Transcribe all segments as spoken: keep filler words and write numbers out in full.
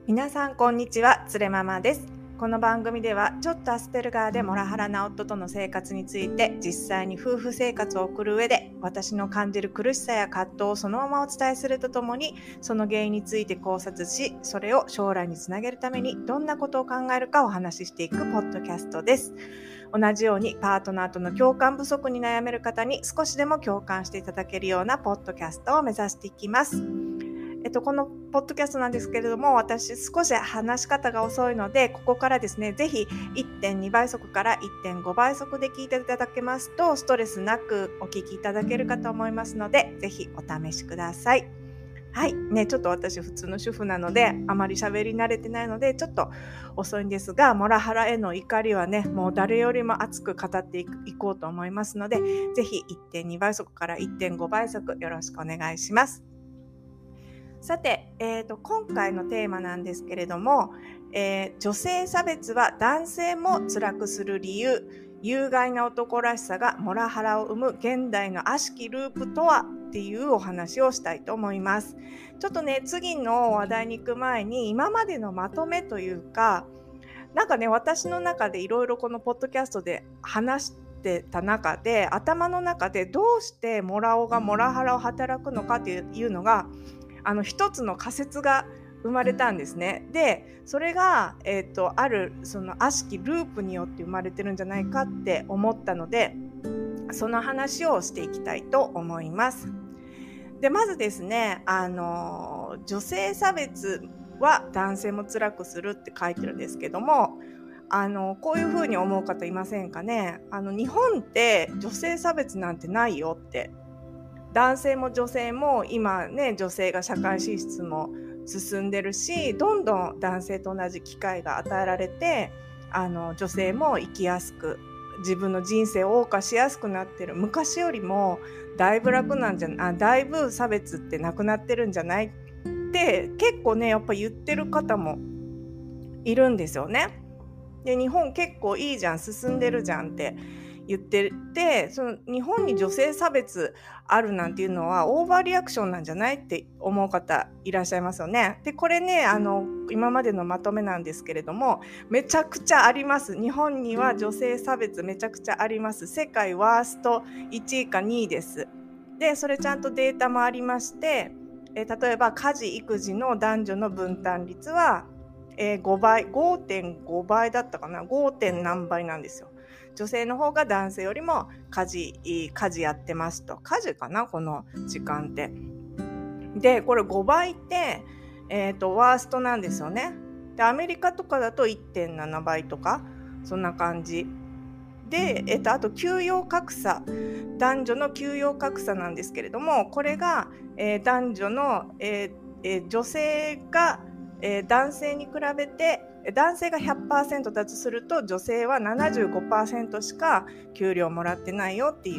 皆さんこんにちは、つれママです。この番組ではちょっとアスペルガーでモラハラな夫との生活について、実際に夫婦生活を送る上で私の感じる苦しさや葛藤をそのままお伝えするとともに、その原因について考察し、それを将来につなげるためにどんなことを考えるかお話ししていくポッドキャストです。同じようにパートナーとの共感不足に悩める方に少しでも共感していただけるようなポッドキャストを目指していきます。えっと、このポッドキャストなんですけれども、私少し話し方が遅いので、ここからですね、ぜひ いってんに 倍速から いってんご 倍速で聞いていただけますと、ストレスなくお聞きいただけるかと思いますので、ぜひお試しください。はい。ね、ちょっと私普通の主婦なので、あまり喋り慣れてないので、ちょっと遅いんですが、モラハラへの怒りはね、もう誰よりも熱く語っていくいこうと思いますので、ぜひ いってんに 倍速から いってんご 倍速よろしくお願いします。さて、えーと、今回のテーマなんですけれども、えー、女性差別は男性も辛くする理由、有害な男らしさがモラハラを生む現代の悪しきループとはっていうお話をしたいと思います。ちょっとね、次の話題に行く前に今までのまとめというか、なんかね、私の中でいろいろこのポッドキャストで話してた中で、頭の中でどうしてモラオがモラハラを働くのかっていうのが、あの一つの仮説が生まれたんですね。で、それが、えーと、あるその悪しきループによって生まれてるんじゃないかって思ったので、その話をしていきたいと思います。で、まずですね、あの女性差別は男性も辛くするって書いてるんですけども、あのこういうふうに思う方いませんかね。あの日本って女性差別なんてないよって。男性も女性も今ね、女性が社会進出も進んでるし、どんどん男性と同じ機会が与えられて、あの女性も生きやすく、自分の人生を謳歌しやすくなってる。昔よりもだいぶ楽なんじゃあだいぶ差別ってなくなってるんじゃないって結構ね、やっぱ言ってる方もいるんですよね。で、日本結構いいじゃん、進んでるじゃんって言ってて、その日本に女性差別あるなんていうのはオーバーリアクションなんじゃないって思う方いらっしゃいますよね。で、これね、あの今までのまとめなんですけれども、めちゃくちゃあります。日本には女性差別めちゃくちゃあります。世界ワーストいちいかにいです。で、それちゃんとデータもありまして、え例えば家事育児の男女の分担率はえー、ごばい ごてんご 倍だったかな ご. 点何倍なんですよ。女性の方が男性よりも家事家事やってますと。家事かなこの時間って。でこれごばいって、えー、とワーストなんですよね。でアメリカとかだと いってんなな 倍とかそんな感じで、えー、とあと給与格差、男女の給与格差なんですけれども、これが、えー、男女の、えーえー、女性がえー、男性に比べて男性が ひゃくパーセント だとすると女性は ななじゅうごパーセント しか給料もらってないよっていう、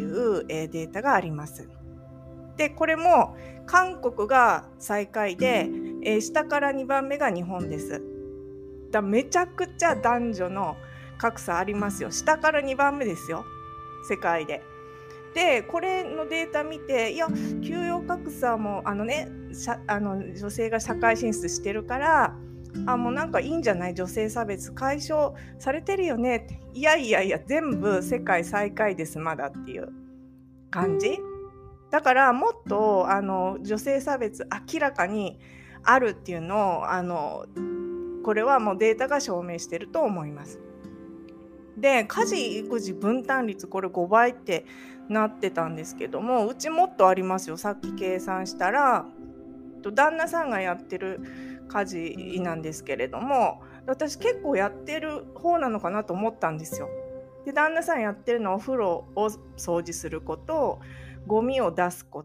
えー、データがあります。でこれも韓国が最下位で、えー、下からにばんめが日本です。だめちゃくちゃ男女の格差ありますよ。下からにばんめですよ、世界で。でこれのデータ見て、いや給与格差もあのねあの女性が社会進出してるから、あもうなんかいいんじゃない、女性差別解消されてるよねって。いやいやいや全部世界最下位ですまだっていう感じだから、もっとあの女性差別明らかにあるっていうのをあのこれはもうデータが証明してると思います。で家事育児分担率これごばいってなってたんですけども、うちもっとありますよ。さっき計算したら旦那さんがやってる家事なんですけれども、私結構やってる方なのかなと思ったんですよ。で旦那さんやってるのはお風呂を掃除すること、ゴミを出すこと、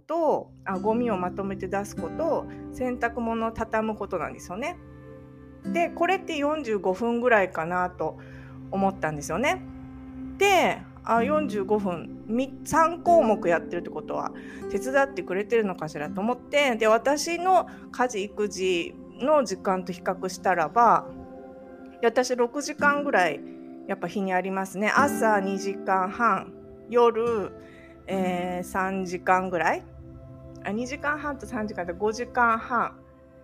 あゴミをまとめて出すこと、洗濯物を畳むことなんですよね。でこれってよんじゅうごふんぐらいかなと思ったんですよね。であよんじゅうごふんさんこうもくやってるってことは手伝ってくれてるのかしらと思って、で私の家事育児の時間と比較したらば、私ろくじかんぐらいやっぱ日にありますね。朝にじかんはん、夜、えー、さんじかんぐらい、あにじかんはんとさんじかんでごじかんはん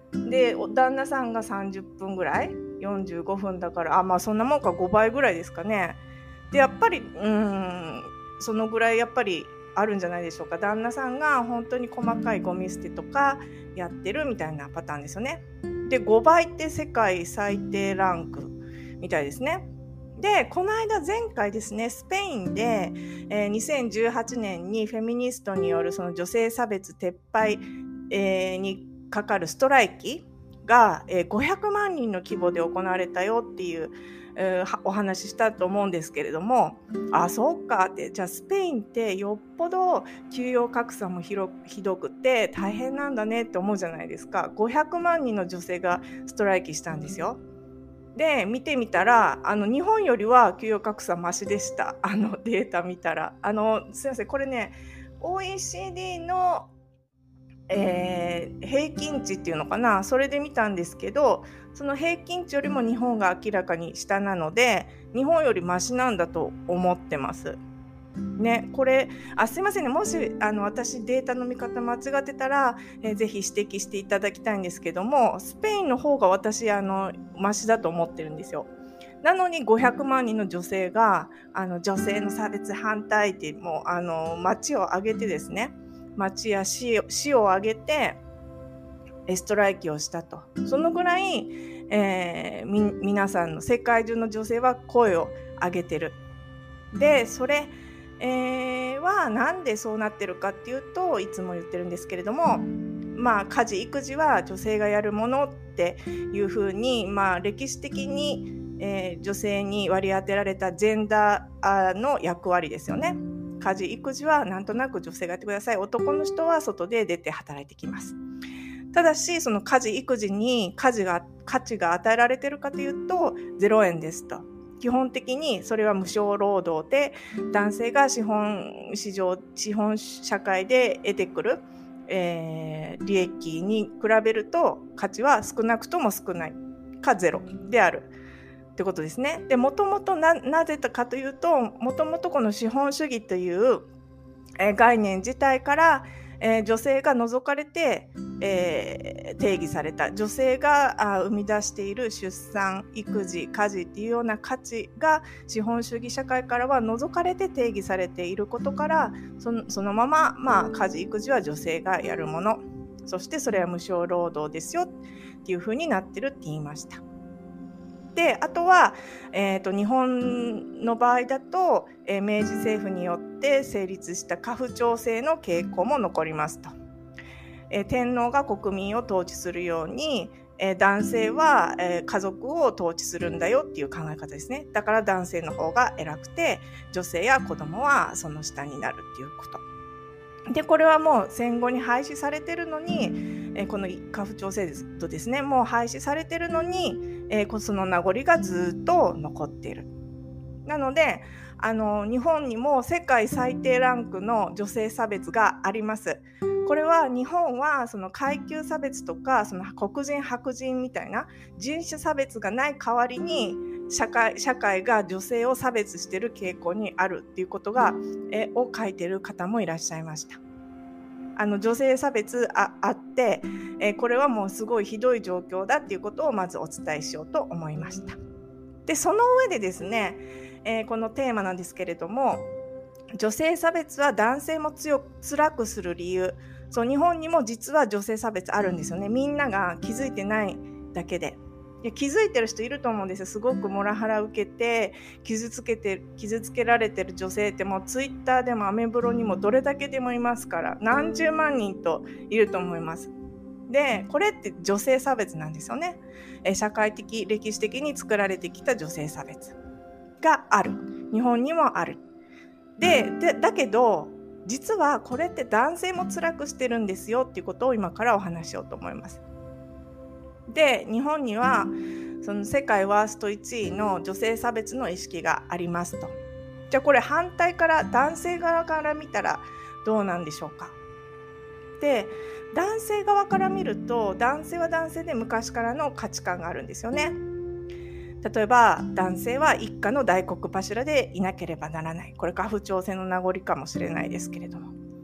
で旦那さんがさんじゅっぷんぐらい、よんじゅうごふんだから、あまあそんなもんか、ごばいぐらいですかね。でやっぱりうーんそのぐらいやっぱりあるんじゃないでしょうか。旦那さんが本当に細かいゴミ捨てとかやってるみたいなパターンですよね。でごばいって世界最低ランクみたいですね。でこの間前回ですね、スペインで、えー、にせんじゅうはちねんにフェミニストによるその女性差別撤廃、えー、にかかるストライキが、えー、ごひゃくまんにんの規模で行われたよっていう、えー、お話ししたと思うんですけれども、あそうかって、じゃあスペインってよっぽど給与格差もひどくて大変なんだねって思うじゃないですか。ごひゃくまんにんの女性がストライキしたんですよ。で見てみたら、あの日本よりは給与格差マシでした。あのデータ見たら、あのすいません、これね オーイーシーディー の、えー、平均値っていうのかな、それで見たんですけど、その平均値よりも日本が明らかに下なので、日本よりマシなんだと思ってますね。これあすいませんね、もしあの私データの見方間違ってたら、えー、ぜひ指摘していただきたいんですけども、スペインの方が私あのマシだと思ってるんですよ。なのにごひゃくまんにんの女性があの女性の差別反対ってもうあの街を挙げてですね、町や 市, 市を挙げてストライキをしたと。そのぐらい、えー、み皆さんの世界中の女性は声を上げてる。でそれえー、はなんでそうなってるかっていうと、いつも言ってるんですけれども、まあ家事育児は女性がやるものっていうふうに、まあ歴史的に、えー、女性に割り当てられたジェンダーの役割ですよね。家事育児はなんとなく女性がやってください。男の人は外で出て働いてきます。ただしその家事育児に家事が価値が与えられてるかというとゼロえんですと。基本的にそれは無償労働で、男性が資本市場資本社会で得てくる、えー、利益に比べると価値は少なくとも少ないかゼロであるってことですね。でもともとななぜかというと、もともとこの資本主義という、えー、概念自体から、えー、女性が除かれて、えー、定義された、女性があ生み出している出産、育児、家事っていうような価値が資本主義社会からは除かれて定義されていることから、その、そのまま、まあ、家事育児は女性がやるもの、そしてそれは無償労働ですよっていう風になってるって言いました。であとは、えーと、日本の場合だと、えー、明治政府によって成立した家父長制の傾向も残りますと。えー、天皇が国民を統治するように、えー、男性は、えー、家族を統治するんだよっていう考え方ですね。だから男性の方が偉くて、女性や子供はその下になるっていうことで、これはもう戦後に廃止されてるのに、えー、この家父長制度ですね、もう廃止されてるのに、えー、その名残がずっと残っている。なのであの日本にも世界最低ランクの女性差別があります。これは日本はその階級差別とか、その黒人白人みたいな人種差別がない代わりに社会、社会が女性を差別している傾向にあるっていうことが、えを書いている方もいらっしゃいました。あの女性差別 あ, あって、えこれはもうすごいひどい状況だっていうことをまずお伝えしようと思いました。でその上でですね、えー、このテーマなんですけれども、女性差別は男性も強く辛くする理由、そう日本にも実は女性差別あるんですよね。みんなが気づいてないだけで。いや気づいてる人いると思うんですよ。すごくモラハラ受けて傷つけて傷つけられてる女性って、もうツイッターでもアメブロにもどれだけでもいますから、何十万人といると思います。でこれって女性差別なんですよね。え社会的歴史的に作られてきた女性差別がある。日本にもある。で、でだけど実はこれって男性も辛くしてるんですよっていうことを今からお話しようと思います。で日本にはその世界ワーストいちいの女性差別の意識がありますと。じゃあこれ反対から男性側から見たらどうなんでしょうか。で男性側から見ると、男性は男性で昔からの価値観があるんですよね。例えば男性は一家の大黒柱でいなければならない。これ家父長制の名残かもしれないですけれども、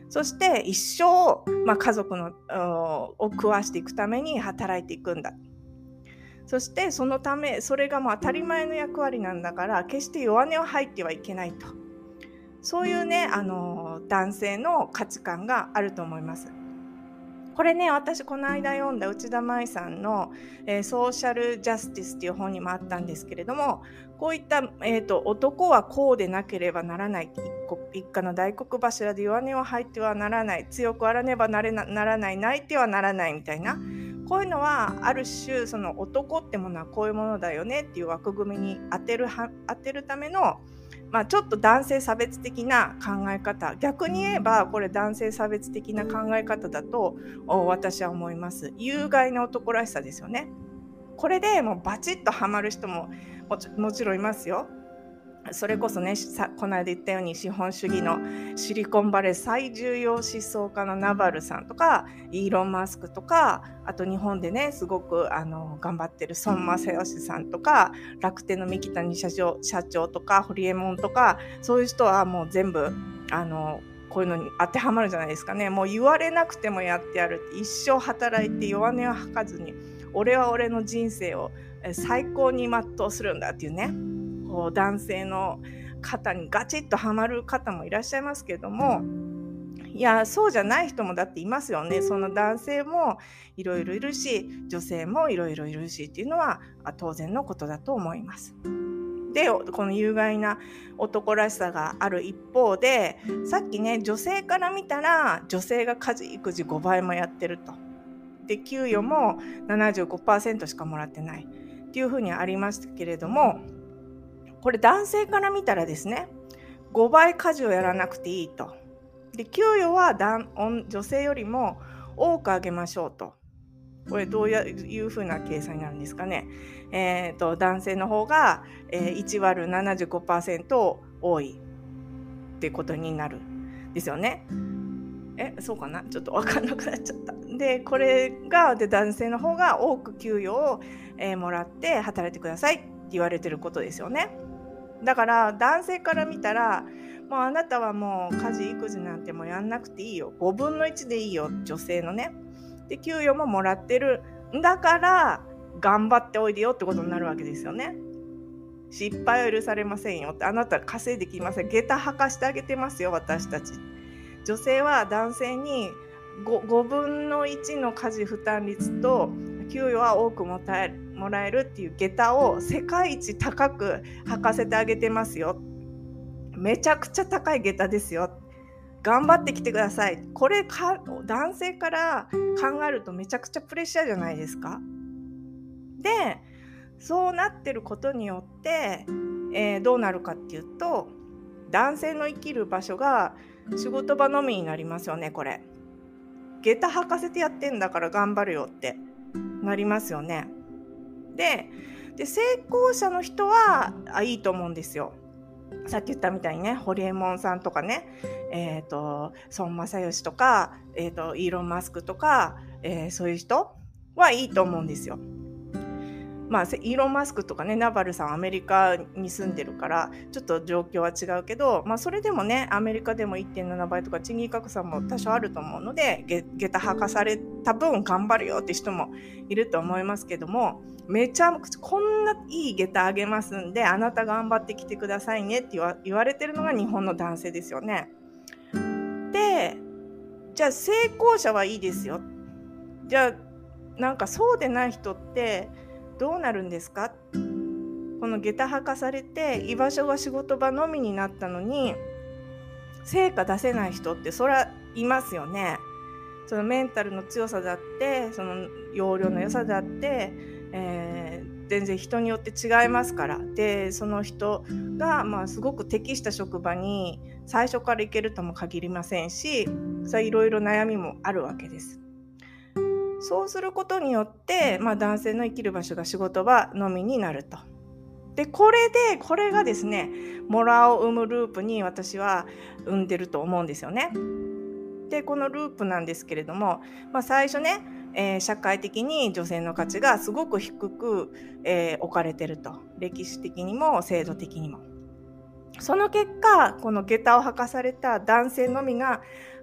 そして一生、まあ、家族のを食わしていくために働いていくんだ。そしてそのため、それがもう当たり前の役割なんだから、決して弱音を吐いてはいけないと。そういうね、あの男性の価値観があると思います。これね、私この間読んだ内田舞さんの、えー、ソーシャルジャスティスっていう本にもあったんですけれども、こういった、えーと、男はこうでなければならない、一家の大黒柱で弱音を吐いてはならない、強くあらねばなれな、ならない、泣いてはならないみたいな、こういうのはある種その男ってものはこういうものだよねっていう枠組みに当てる、当てるための、まあ、ちょっと男性差別的な考え方、逆に言えばこれ男性差別的な考え方だと私は思います。有害な男らしさですよね。これでもうバチッとハマる人も も, ちもちろんいますよ。それこそね、さこの間言ったように資本主義のシリコンバレー最重要思想家のナバルさんとかイーロン・マスクとか、あと日本でねすごくあの頑張ってる孫正義さんとか、楽天の三木谷社長、社長とかホリエモンとか、そういう人はもう全部あのこういうのに当てはまるじゃないですかね。もう言われなくてもやってやるって、一生働いて弱音を吐かずに俺は俺の人生を最高に全うするんだっていうね、こう男性の方にガチッとはまる方もいらっしゃいますけれども、いやそうじゃない人もだっていますよね。その男性もいろいろいるし、女性もいろいろいるしっていうのは当然のことだと思います。で、この有害な男らしさがある一方で、さっきね女性から見たら女性が家事育児ごばいもやってると、で給与も ななじゅうごパーセント しかもらってないっていうふうにありましたけれども、これ男性から見たらですね、ごばい家事をやらなくていいと。で給与は女性よりも多くあげましょうと。これどういうふうな計算になるんですかね。えー、と男性の方が、えー、いち割る ななじゅうごパーセント 多いってことになるんですよね。え、そうかな、ちょっと分かんなくなっちゃった。でこれがで男性の方が多く給与を、えー、もらって働いてくださいって言われてることですよね。だから男性から見たら、もうあなたはもう家事育児なんてもうやんなくていいよ、ごぶんのいちでいいよ、女性のね。で給与ももらってるんだから頑張っておいでよってことになるわけですよね。失敗は許されませんよって、あなた稼いできません、下駄履かしてあげてますよ私たち。女性は男性に 5, ごぶんのいちの家事負担率と給与は多くもらえるもらえるっていう下駄を世界一高く履かせてあげてますよ。めちゃくちゃ高い下駄ですよ、頑張ってきてください。これか男性から考えるとめちゃくちゃプレッシャーじゃないですか。でそうなってることによって、えー、どうなるかっていうと、男性の生きる場所が仕事場のみになりますよね。これ下駄履かせてやってんだから頑張るよってなりますよね。で、で成功者の人はあいいと思うんですよ。さっき言ったみたいにね、ホリエモンさんとかね、えーと孫正義とか、えーとイーロン・マスクとか、えー、そういう人はいいと思うんですよ。まあ、イーロン・マスクとかね、ナバルさんアメリカに住んでるからちょっと状況は違うけど、まあ、それでもねアメリカでも いってんなな 倍とか賃金格差も多少あると思うので、下駄履かされた分頑張るよって人もいると思いますけども、めちゃくちゃこんないい下駄あげますんであなた頑張ってきてくださいねって言わ、言われてるのが日本の男性ですよね。でじゃあ成功者はいいですよ、じゃあなんかそうでない人ってどうなるんですか。この下駄履かされて居場所が仕事場のみになったのに成果出せない人ってそりゃいますよね。そのメンタルの強さだって、その容量の良さだって、えー、全然人によって違いますから。でその人が、まあ、すごく適した職場に最初から行けるとも限りませんし、それいろいろ悩みもあるわけです。そうすることによって、まあ、男性の生きる場所が仕事場のみになると。でこれでこれがですね、モラを生むループに私は生んでると思うんですよね。でこのループなんですけれども、まあ、最初ね、えー、社会的に女性の価値がすごく低く、えー、置かれてると、歴史的にも制度的にも。その結果この下駄を履かされた男性のみが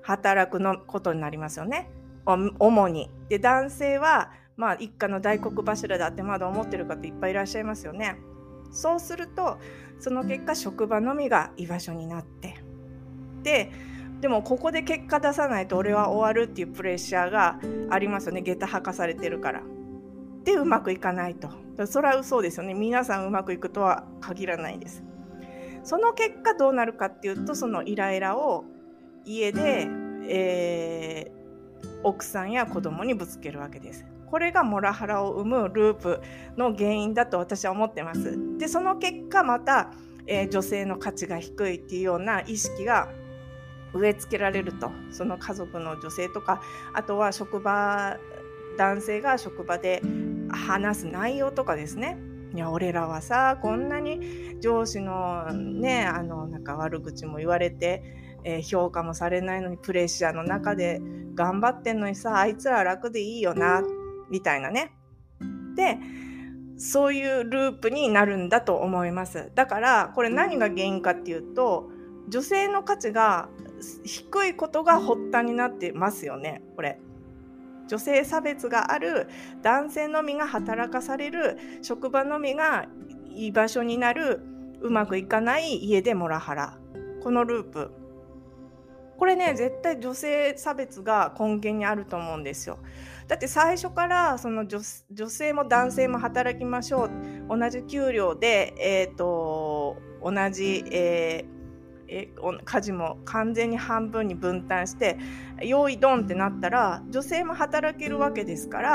働くのことになりますよね。主に。で、男性は、まあ、一家の大黒柱だってまだ思ってる方いっぱいいらっしゃいますよね。そうすると、その結果、職場のみが居場所になって、で、でもここで結果出さないと俺は終わるっていうプレッシャーがありますよね。下駄履かされてるから。で、うまくいかないと。それは嘘ですよね。皆さんうまくいくとは限らないです。その結果どうなるかっていうと、そのイライラを家で、えー、奥さんや子供にぶつけるわけです。これがモラハラを生むループの原因だと私は思ってます。で、その結果また、えー、女性の価値が低いっていうような意識が植え付けられると。その家族の女性とか、あとは職場、男性が職場で話す内容とかですね。いや、俺らはさ、こんなに上司のね、あの、なんか悪口も言われて、えー、評価もされないのにプレッシャーの中で頑張ってんのにさ、あいつら楽でいいよな、みたいなね。で、そういうループになるんだと思います。だから、これ何が原因かっていうと、女性の価値が低いことが発端になってますよね、これ。女性差別がある、男性のみが働かされる、職場のみが居場所になる、うまくいかない家でモラハラ。このループ。これね、絶対女性差別が根源にあると思うんですよ。だって最初からその 女, 女性も男性も働きましょう。同じ給料で、えーと、同じ、えーえ家事も完全に半分に分担して用意ドンってなったら女性も働けるわけですから、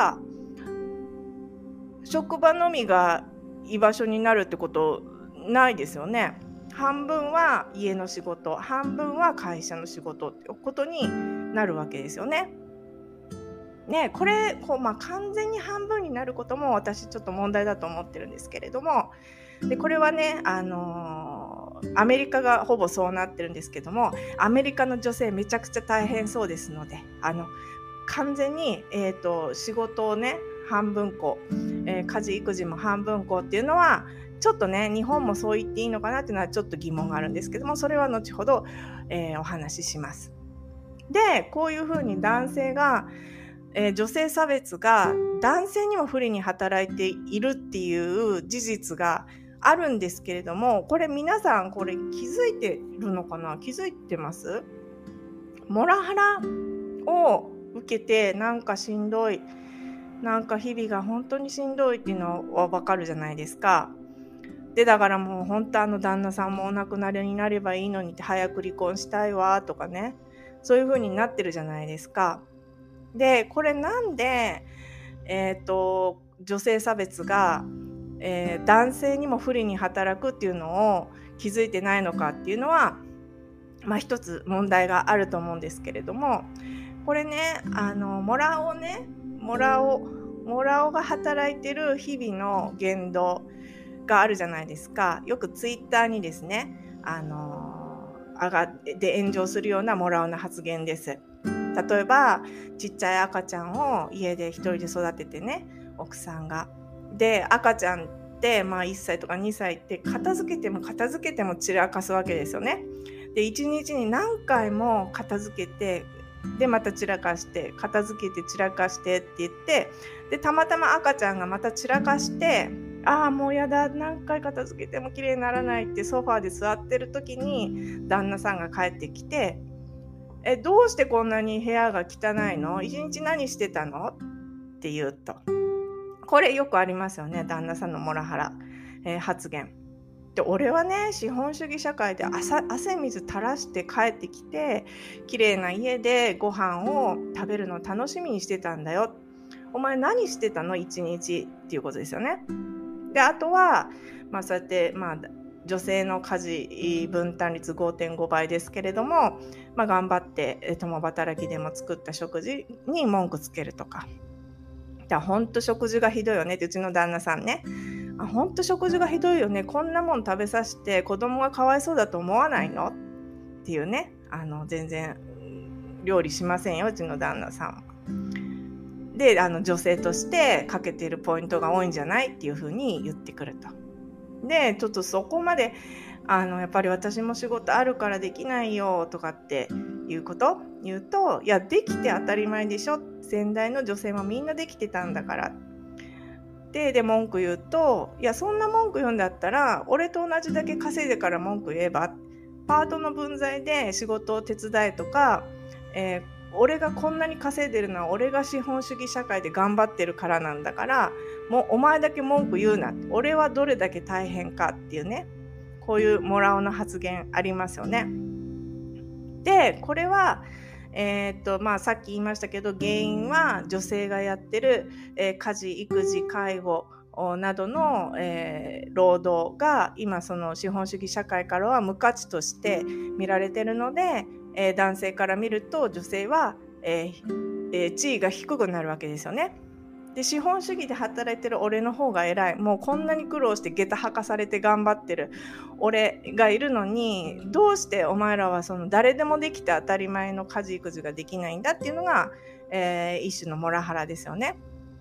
職場のみが居場所になるってことないですよね。半分は家の仕事、半分は会社の仕事ってことになるわけですよね。ね、これこう、まあ、完全に半分になることも私ちょっと問題だと思ってるんですけれども、でこれはね、あのー、アメリカがほぼそうなってるんですけども、アメリカの女性めちゃくちゃ大変そうですので、あの完全に、えーと、仕事をね半分こ、えー、家事育児も半分こっていうのはちょっとね、日本もそう言っていいのかなっていうのはちょっと疑問があるんですけども、それは後ほど、えー、お話しします。で、こういうふうに男性が、えー、女性差別が男性にも不利に働いているっていう事実があるんですけれども、これ皆さんこれ気づいてるのかな？気づいてます？モラハラを受けてなんかしんどい、なんか日々が本当にしんどいっていうのはわかるじゃないですか。で、だからもう本当あの旦那さんもお亡くなりになればいいのにって早く離婚したいわとかね、そういう風になってるじゃないですか。で、これなんで、えっと、女性差別が、えー、男性にも不利に働くっていうのを気づいてないのかっていうのは、まあ一つ問題があると思うんですけれども、これね、あの、モラオね、モラオ、モラオが働いてる日々の言動があるじゃないですか。よくツイッターにですね、あのー、上がって炎上するようなモラオな発言です。例えばちっちゃい赤ちゃんを家で一人で育ててね、奥さんがで赤ちゃんってまあいっさいとかにさいって片付けても片付けても散らかすわけですよね。でいちにちに何回も片付けて、でまた散らかして片付けて散らかしてって言って、でたまたま赤ちゃんがまた散らかして、ああもうやだ、何回片付けても綺麗にならないってソファーで座ってる時に旦那さんが帰ってきて、えどうしてこんなに部屋が汚いの？一日何してたの？って言うと、これよくありますよね、旦那さんのモラハラ、えー、発言で、俺はね資本主義社会で汗水垂らして帰ってきて綺麗な家でご飯を食べるのを楽しみにしてたんだよ。お前何してたの一日っていうことですよね。であとは、まあ、そうやってまあ女性の家事分担率 ごてんご 倍ですけれども、まあ、頑張って共働きでも作った食事に文句つけるとか、本当食事がひどいよねって、うちの旦那さんね、本当食事がひどいよね、こんなもん食べさせて子供がかわいそうだと思わないのっていうね、あの全然料理しませんようちの旦那さんで、あの女性として欠けているポイントが多いんじゃないっていうふうに言ってくると。でちょっとそこまであのやっぱり私も仕事あるからできないよとかっていうこと言うと、いやできて当たり前でしょ、先代の女性もみんなできてたんだからでで文句言うと、いやそんな文句言うんだったら俺と同じだけ稼いでから文句言えば、パートの分際で仕事を手伝えとか、えー、俺がこんなに稼いでるのは俺が資本主義社会で頑張ってるからなんだから、もうお前だけ文句言うな、俺はどれだけ大変かっていうね、こういうモラオの発言ありますよね。でこれはえーっとまあ、さっき言いましたけど、原因は女性がやってる、えー、家事育児介護などの、えー、労働が今その資本主義社会からは無価値として見られてるので、えー、男性から見ると女性は、えーえー、地位が低くなるわけですよね。で資本主義で働いてる俺の方が偉い、もうこんなに苦労して下駄履かされて頑張ってる俺がいるのに、どうしてお前らはその誰でもできて当たり前の家事育児ができないんだっていうのが、えー、一種のモラハラですよね。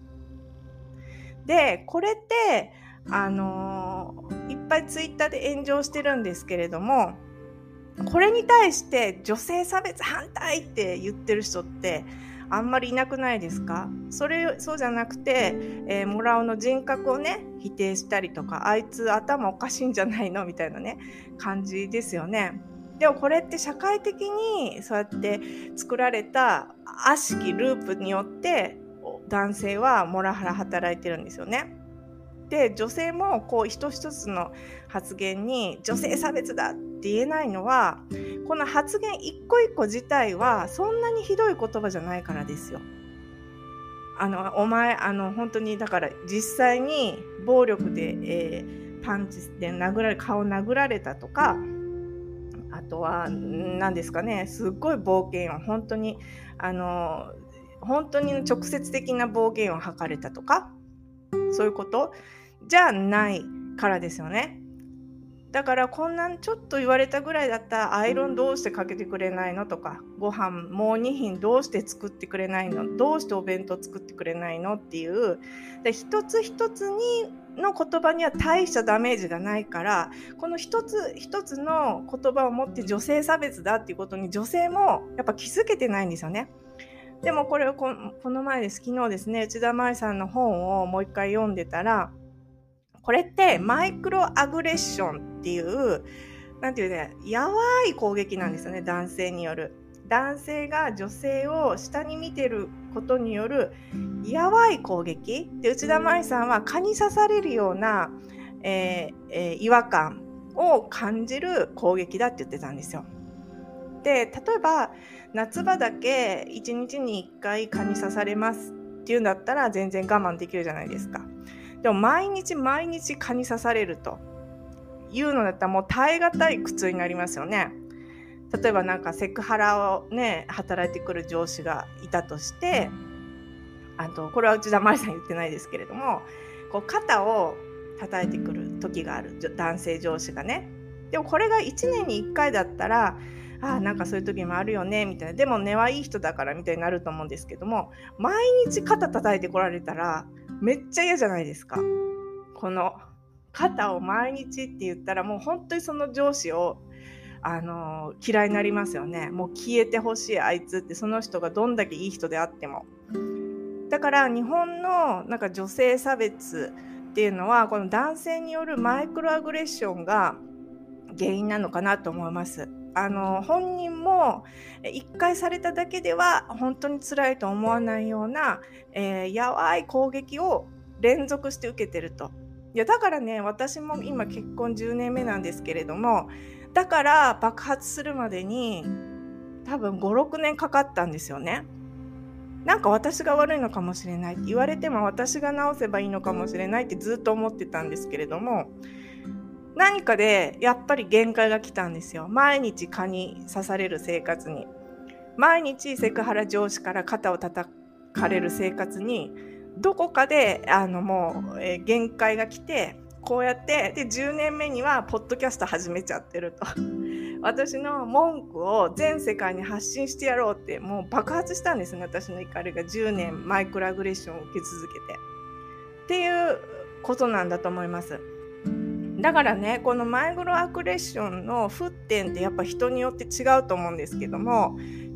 でこれってあのー、いっぱいツイッターで炎上してるんですけれども、これに対して女性差別反対って言ってる人ってあんまりいなくないですか？それそうじゃなくて、えー、モラオの人格をね否定したりとか、あいつ頭おかしいんじゃないのみたいなね感じですよね。でもこれって社会的にそうやって作られた悪しきループによって男性はモラハラ働いてるんですよね。で女性もこう一つ一つの発言に女性差別だって言えないのは、この発言一個一個自体はそんなにひどい言葉じゃないからですよ。あのお前あの本当にだから実際に暴力で、えー、パンチで殴られ顔殴られたとか、あとは何ですかね、すっごい暴言を本当にあの本当に直接的な暴言を吐かれたとか、そういうことじゃないからですよね。だからこんなんちょっと言われたぐらいだったら、アイロンどうしてかけてくれないのとか、ご飯もうに品どうして作ってくれないの、どうしてお弁当作ってくれないのっていう、で一つ一つにの言葉には大したダメージがないから、この一つ一つの言葉を持って女性差別だっていうことに女性もやっぱ気づけてないんですよね。でもこれを こ, この前です昨日ですね、内田舞さんの本をもう一回読んでたら、これってマイクロアグレッションっていうなんていうね、やわい攻撃なんですよね。男性による、男性が女性を下に見てることによるやわい攻撃で、内田舞さんは蚊に刺されるような、えーえー、違和感を感じる攻撃だって言ってたんですよ。で例えば夏場だけいちにちにいっかい蚊に刺されますっていうんだったら全然我慢できるじゃないですか。でも毎日毎日蚊に刺されるというのだったらもう耐え難い苦痛になりますよね。例えばなんかセクハラをね働いてくる上司がいたとして、あとこれは内田舞さん言ってないですけれども、こう肩を叩いてくる時がある男性上司がね。でもこれがいちねんにいっかいだったら、ああなんかそういう時もあるよねみたいな、でも根はいい人だからみたいになると思うんですけども、毎日肩叩いてこられたらめっちゃ嫌じゃないですか。この肩を毎日って言ったらもう本当にその上司をあの嫌いになりますよね。もう消えてほしいあいつって、その人がどんだけいい人であっても。だから日本のなんか女性差別っていうのはこの男性によるマイクロアグレッションが原因なのかなと思います。あの本人も一回されただけでは本当に辛いと思わないような、えー、やわい攻撃を連続して受けてると。いやだからね、私も今結婚じゅうねんめなんですけれども、だから爆発するまでに多分ごろくねんかかったんですよね。なんか私が悪いのかもしれないって言われても、私が直せばいいのかもしれないってずっと思ってたんですけれども、何かでやっぱり限界が来たんですよ。毎日蚊に刺される生活に、毎日セクハラ上司から肩を叩かれる生活に、どこかであのもう、えー、限界が来て、こうやってでじゅうねんめにはポッドキャスト始めちゃってると私の文句を全世界に発信してやろうってもう爆発したんですね。私の怒りがじゅうねんマイクロアグレッションを受け続けてっていうことなんだと思います。だからね、このマイクロアグレッションの沸点ってやっぱ人によって違うと思うんですけども、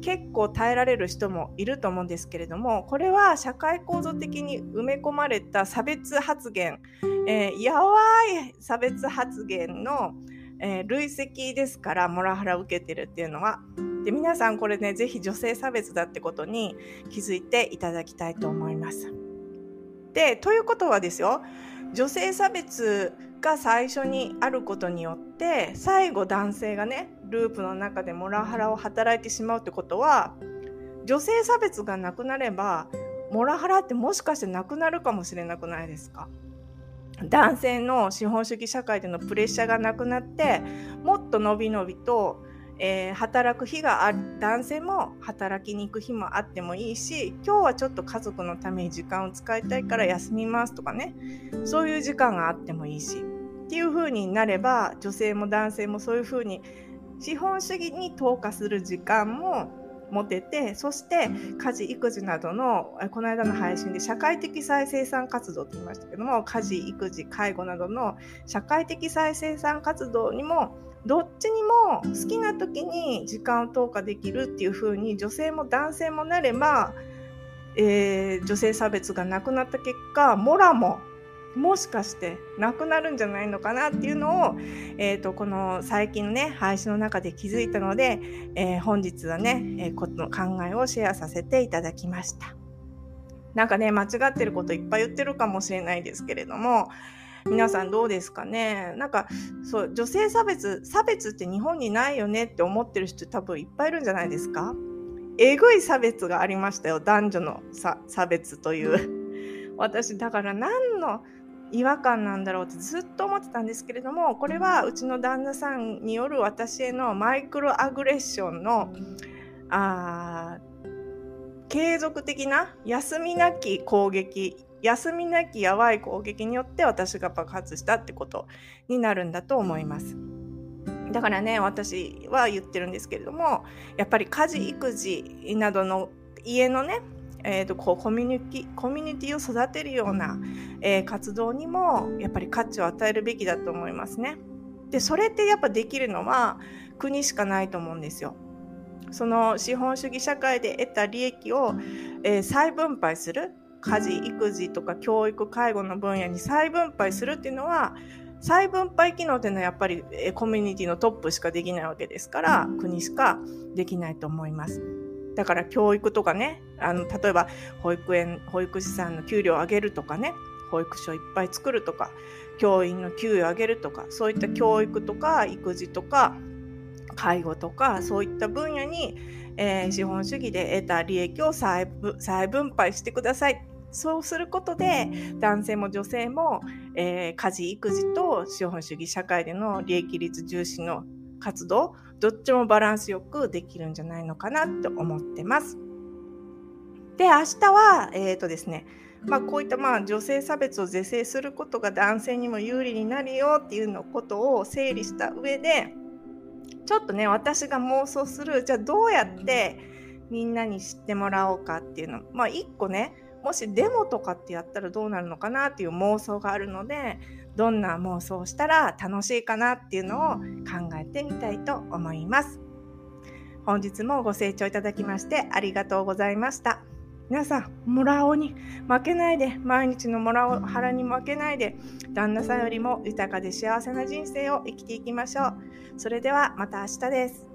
結構耐えられる人もいると思うんですけれども、これは社会構造的に埋め込まれた差別発言、えー、やわい差別発言の、えー、累積ですから、モラハラを受けてるっていうのは。で、皆さんこれね、ぜひ女性差別だってことに気づいていただきたいと思います。で、ということはですよ、女性差別が最初にあることによって最後男性がねループの中でモラハラを働いてしまうってことは、女性差別がなくなればモラハラってもしかしてなくなるかもしれなくないですか。男性の資本主義社会でのプレッシャーがなくなって、もっとのびのびとえー、働く日がある。男性も働きに行く日もあってもいいし、今日はちょっと家族のために時間を使いたいから休みますとかね、そういう時間があってもいいしっていう風になれば、女性も男性もそういう風に資本主義に投下する時間も持てて、そして家事育児などのこの間の配信で社会的再生産活動と言いましたけども、家事育児介護などの社会的再生産活動にもどっちにも好きな時に時間を投下できるっていう風に女性も男性もなれば、えー、女性差別がなくなった結果、モラももしかしてなくなるんじゃないのかなっていうのを、えー、とこの最近のね配信の中で気づいたので、えー、本日はね、えー、この考えをシェアさせていただきました。なんかね間違ってることいっぱい言ってるかもしれないですけれども、皆さんどうですかね。なんかそう女性差別差別って日本にないよねって思ってる人多分いっぱいいるんじゃないですか。えぐい差別がありましたよ、男女の差差別という私だから何の違和感なんだろうってずっと思ってたんですけれども、これはうちの旦那さんによる私へのマイクロアグレッションのあ継続的な休みなき攻撃、休みなきやばい攻撃によって私が爆発したってことになるんだと思います。だからね、私は言ってるんですけれども、やっぱり家事育児などの家のね、えーと、こうコミュニティ、コミュニティを育てるような、えー、活動にもやっぱり価値を与えるべきだと思いますね。で、それってやっぱできるのは国しかないと思うんですよ。その資本主義社会で得た利益を、えー、再分配する、家事育児とか教育介護の分野に再分配するっていうのは、再分配機能っていうのはやっぱり、えー、コミュニティのトップしかできないわけですから、国しかできないと思います。だから教育とかね、あの例えば保育園保育士さんの給料を上げるとかね、保育所いっぱい作るとか、教員の給与を上げるとか、そういった教育とか育児とか介護とかそういった分野に、えー、資本主義で得た利益を再分、再分配してください。そうすることで男性も女性も、えー、家事育児と資本主義社会での利益率重視の活動、どっちもバランスよくできるんじゃないのかなって思ってます。で、明日はえーとですね、まあ、こういったまあ女性差別を是正することが男性にも有利になるよっていうのことを整理した上で、ちょっとね私が妄想する、じゃあどうやってみんなに知ってもらおうかっていうの、まあ一個ね、もしデモとかってやったらどうなるのかなっていう妄想があるので、どんな妄想をしたら楽しいかなっていうのを考えてみたいと思います。本日もご清聴いただきましてありがとうございました。皆さん、モラオに負けないで、毎日のモラハラに負けないで、旦那さんよりも豊かで幸せな人生を生きていきましょう。それではまた明日です。